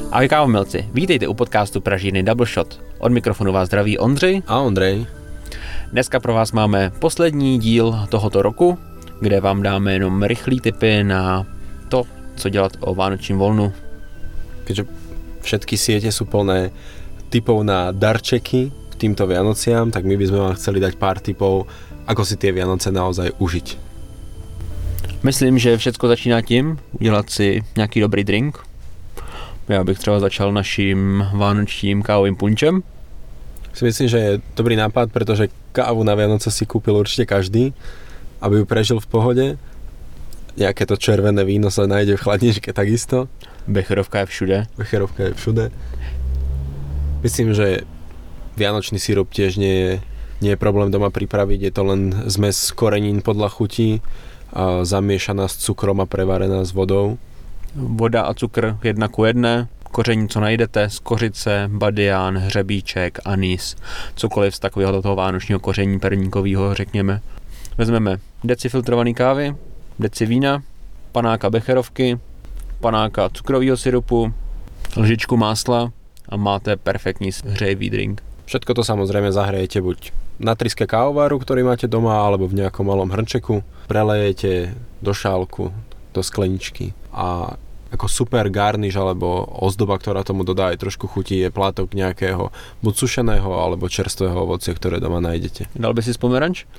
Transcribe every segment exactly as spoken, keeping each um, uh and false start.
Ahoj kávomilci, vítejte u podcastu Pražírny Double Shot. Od mikrofonu vás zdraví Ondřej a Ondrej. Dneska pro vás máme poslední díl tohoto roku, kde vám dáme jenom rychlý tipy na to, co dělat o vánočním volnu. Keďže všetky siete sú plné tipov na darčeky k týmto Vianociam, tak my by sme vám chceli dať pár tipov, ako si tie Vianoce naozaj užiť. Myslím, že všecko začíná tím, udělat si nějaký dobrý drink. Já bych třeba začal naším vánočním kávovým punčem. Si myslím, že je dobrý nápad, pretože kávu na Vianoce si kúpil určite každý, aby ju prežil v pohode. Nejaké to červené víno sa nájde v chladničke takisto. Becherovka je všude. Becherovka je všude. Myslím, že vianočný sirup tiež nie je, nie je problém doma pripraviť. Je to len zmes korenín podľa chutí, a zamiešaná s cukrom a prevarená s vodou. Voda a cukr jedna ku jedné. Koření, co najdete, z kořice, badián, hřebíček, anýs, cokoliv z takového toho vánočního koření perníkového, řekněme. Vezmeme deci filtrované kávy, deci vína, panáka becherovky, panáka cukrového syrupu, lžičku másla a máte perfektní hřejivý drink. Všetko to samozrejme zahrejete buď na tryske kávovaru, ktorý máte doma, alebo v nejakom malom hrnčeku. Prelejete do šálku, do skleničky a ako super garniš alebo ozdoba, ktorá tomu dodá aj trošku chutí, je plátok nejakého buď sušeného alebo čerstvého ovocia, ktoré doma nájdete. Dal by si spomeranč?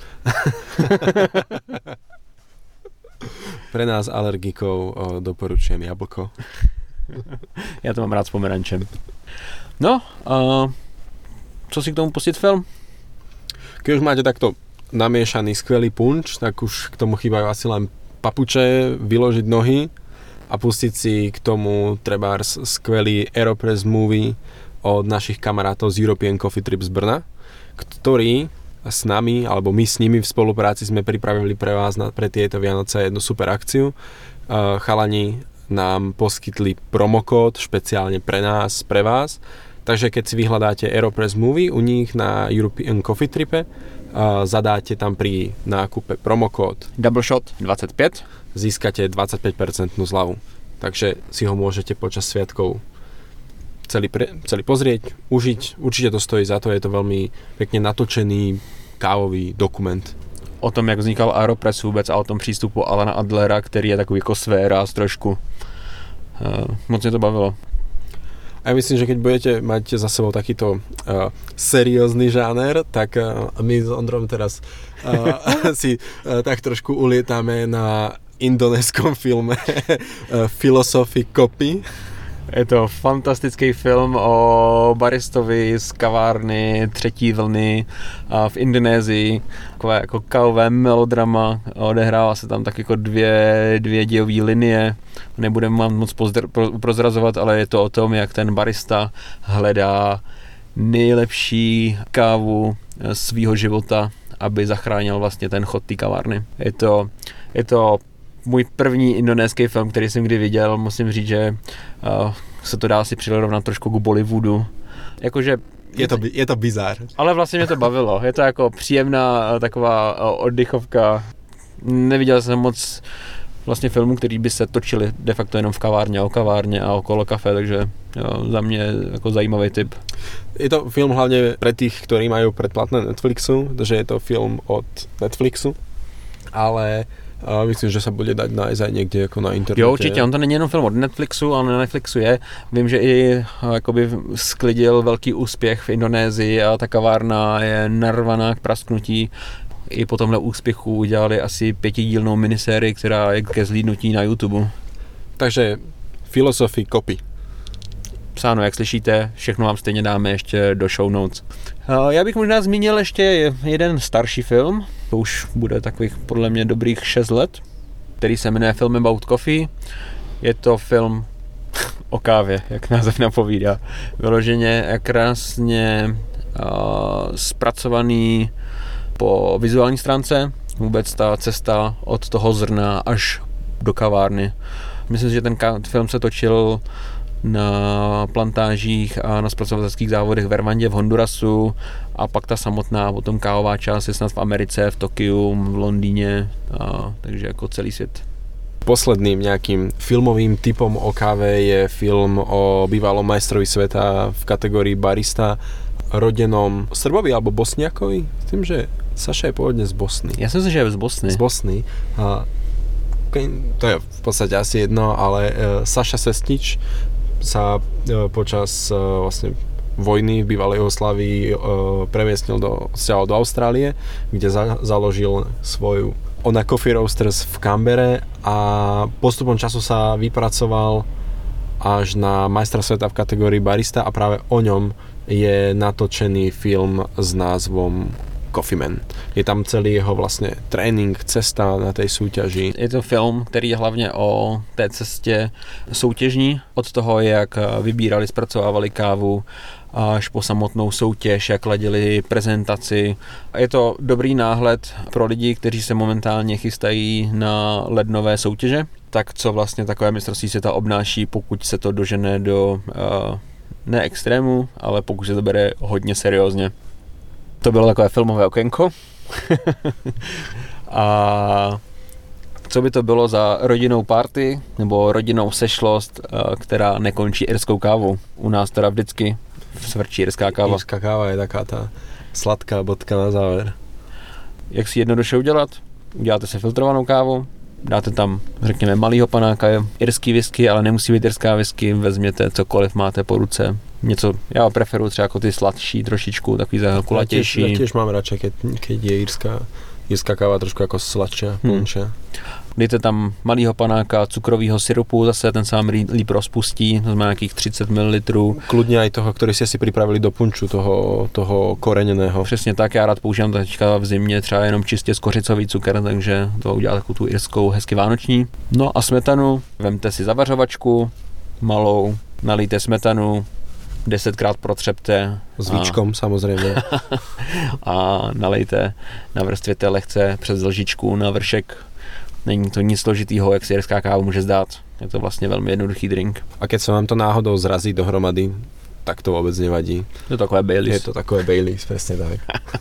Pre nás alergikov o, doporučujem jablko. Já to mám rád s pomerančem. No, a co si k tomu pustit film? Keď už máte takto namiešaný skvelý punč, tak už k tomu chýbajú asi len papuče, vyložiť nohy a pustiť si k tomu trebárs skvelý Aeropress movie od našich kamarátov z European Coffee Trip z Brna, ktorí s nami, alebo my s nimi v spolupráci sme pripravili pre vás na, pre tieto Vianoce jednu super akciu. Uh, chalani nám poskytli promokód špeciálne pre nás, pre vás. Takže keď si vyhľadáte Aeropress movie u nich na European Coffee Tripe, uh, zadáte tam pri nákupe promokód Double Shot dvadsaťpäť, získate dvadsaťpäť percent zľavu. Takže si ho môžete počas sviatkov celý, pre, celý pozrieť, užiť. Určite to stojí za to, je to veľmi pekne natočený kávový dokument. O tom, jak vznikal Aeropress vůbec a o tom přístupu Alana Adlera, který je takový jako sféra trošku. Uh, moc mě to bavilo. A ja myslím, že keď budete mať za sebou takýto uh, seriózny žáner, tak uh, my s Ondrom teraz uh, si uh, tak trošku ulietáme na indonéskom filme uh, Philosophy Copy. Je to fantastický film o baristovi z kavárny třetí vlny v Indonésii. Takové jako kávové melodrama. Odehrává se tam tak jako dvě, dvě dějové linie. Nebudeme vám moc pozdr- pro, prozrazovat, ale je to o tom, jak ten barista hledá nejlepší kávu svýho života, aby zachránil vlastně ten chod té kavárny. Je to, je to můj první indonéský film, který jsem kdy viděl. Musím říct, že uh, se to dá si přirovnat trošku k Bollywoodu. Jakože je to, je to bizár. Ale vlastně mě to bavilo. Je to jako příjemná taková oddychovka. Neviděl jsem moc vlastně filmů, který by se točili de facto jenom v kavárně a o kavárně a okolo kafe, takže jo, za mě jako zajímavý tip. Je to film hlavně pre tých, ktorí majú predplatné Netflixu, takže je to film od Netflixu, ale a myslím, že sa bude dať nájsť aj niekde ako na internete. Jo, určitě, on to není jenom film od Netflixu, ale na Netflixu je. Vím, že i jakoby sklidil velký úspěch v Indonésii a ta kavárna je narvaná k prasknutí. I po tomhle úspěchu udělali asi pětidílnou minisérii, která je ke zhlídnutí na YouTube. Takže Philosophy Copy. Psáno, jak slyšíte, všechno vám stejně dáme ještě do show notes. Já bych možná zmínil ještě jeden starší film, to už bude takových podle mě dobrých šest let, který se jmenuje Film About Coffee. Je to film o kávě, jak název napovídá. Vyloženě krásně uh, zpracovaný po vizuální stránce, vůbec ta cesta od toho zrna až do kavárny. Myslím si, že ten film se točil na plantážích a na zpracovatelských závodech v Rwandě, v Hondurasu a pak ta samotná potom kávová část je snad v Americe, v Tokiu, v Londýně, a, takže jako celý svět. Posledným nejakým filmovým typom o káve je film o bývalom majstrovi sveta v kategórii barista, rodenom Srbovi alebo Bosniakovi. S tým, že Saša je pôvodne z Bosny. Ja som si, že je z Bosny. Z Bosny. A to je v podstate asi jedno, ale Saša Sestič sa počas vlastne vojny v bývalej Jugoslávii premiestnil do, do Austrálie, kde za, založil svoju Ona Coffee Roasters v Canbere a postupom času sa vypracoval až na majstra sveta v kategórii barista a práve o ňom je natočený film s názvom Coffee Man. Je tam celý jeho vlastne trénink, cesta na tej súťaži. Je to film, který je hlavně o té cestě soutěžní, od toho, jak vybírali, zpracovávali kávu, až po samotnou soutěž, jak ladili prezentaci. Je to dobrý náhled pro lidi, kteří se momentálně chystají na lednové soutěže, tak co vlastně takové mistrovství světa obnáší, pokud se to dožene do uh, ne extrému, ale pokud se to bere hodně seriózně. To bylo takové filmové okénko. A co by to bylo za rodinnou party nebo rodinnou sešlost, která nekončí irskou kávou? U nás teda vždycky svrčí irská káva. Irská káva je taká ta sladká bodka na závěr. Jak si jednoduše udělat? Uděláte si filtrovanou kávu, dáte tam, řekněme, malýho panáka, irský whisky, ale nemusí být irská whisky, vezměte cokoliv máte po ruce. Něco, já preferuji třeba jako ty sladší trošičku, takový kulatější. Ja tiež, ja tiež mám radšej, keď, keď je irská, irská káva trošku jako sladšia, plnčia. Hmm. Dejte tam malýho panáka cukrového syrupu, zase ten sám líp rozpustí, to znamená nějakých třicet mililitrů. Kludně aj toho, který jste si připravili do punču, toho, toho koreněného. Přesně tak, já rád používám teďka v zimě třeba jenom čistě skořicový cukr, takže to udělá takovou tu irskou hezky vánoční. No a smetanu, vemte si zavařovačku malou, nalijte smetanu, desetkrát protřepte. S víčkom a... samozřejmě. A nalejte, navrstvěte lehce přes lžičku na vršek. Není to nic složitýho, jak si irská káva může zdát. Je to vlastně velmi jednoduchý drink. A keď se vám to náhodou zrazí dohromady, tak to vůbec nevadí. Je to takové Baileys. Je to takové Baileys, přesně tak.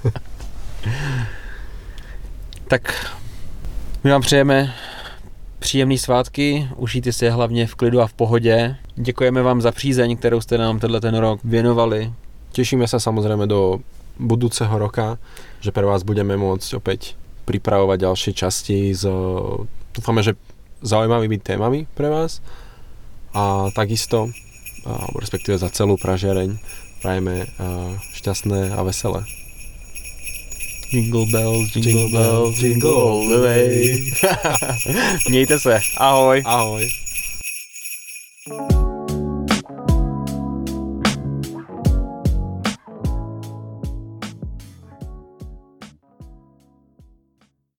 Tak my vám přejeme příjemný svátky, užijte si je hlavně v klidu a v pohodě. Děkujeme vám za přízeň, kterou jste nám tenhle ten rok věnovali. Těšíme se samozřejmě do budúceho roka, že pre vás budeme môcť opäť pripravovať ďalšie časti s, dúfame, že zaujímavými témami pre vás a takisto, alebo respektíve za celú pražiareň prajeme šťastné a veselé. Jingle bells, jingle, jingle bells, jingle all the way. Mějte se. Ahoj. Ahoj.